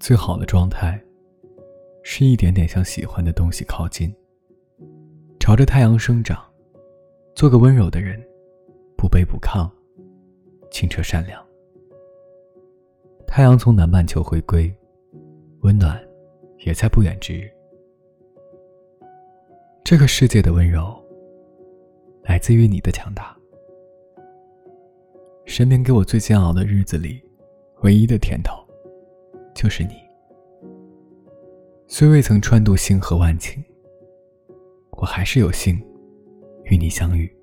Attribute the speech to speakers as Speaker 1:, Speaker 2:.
Speaker 1: 最好的状态，是一点点向喜欢的东西靠近，朝着太阳生长，做个温柔的人，不卑不亢，清澈善良。太阳从南半球回归，温暖也在不远之日。这个世界的温柔，来自于你的强大。身边给我最煎熬的日子里，唯一的甜头，就是你。虽未曾穿渡星河万顷，我还是有幸与你相遇。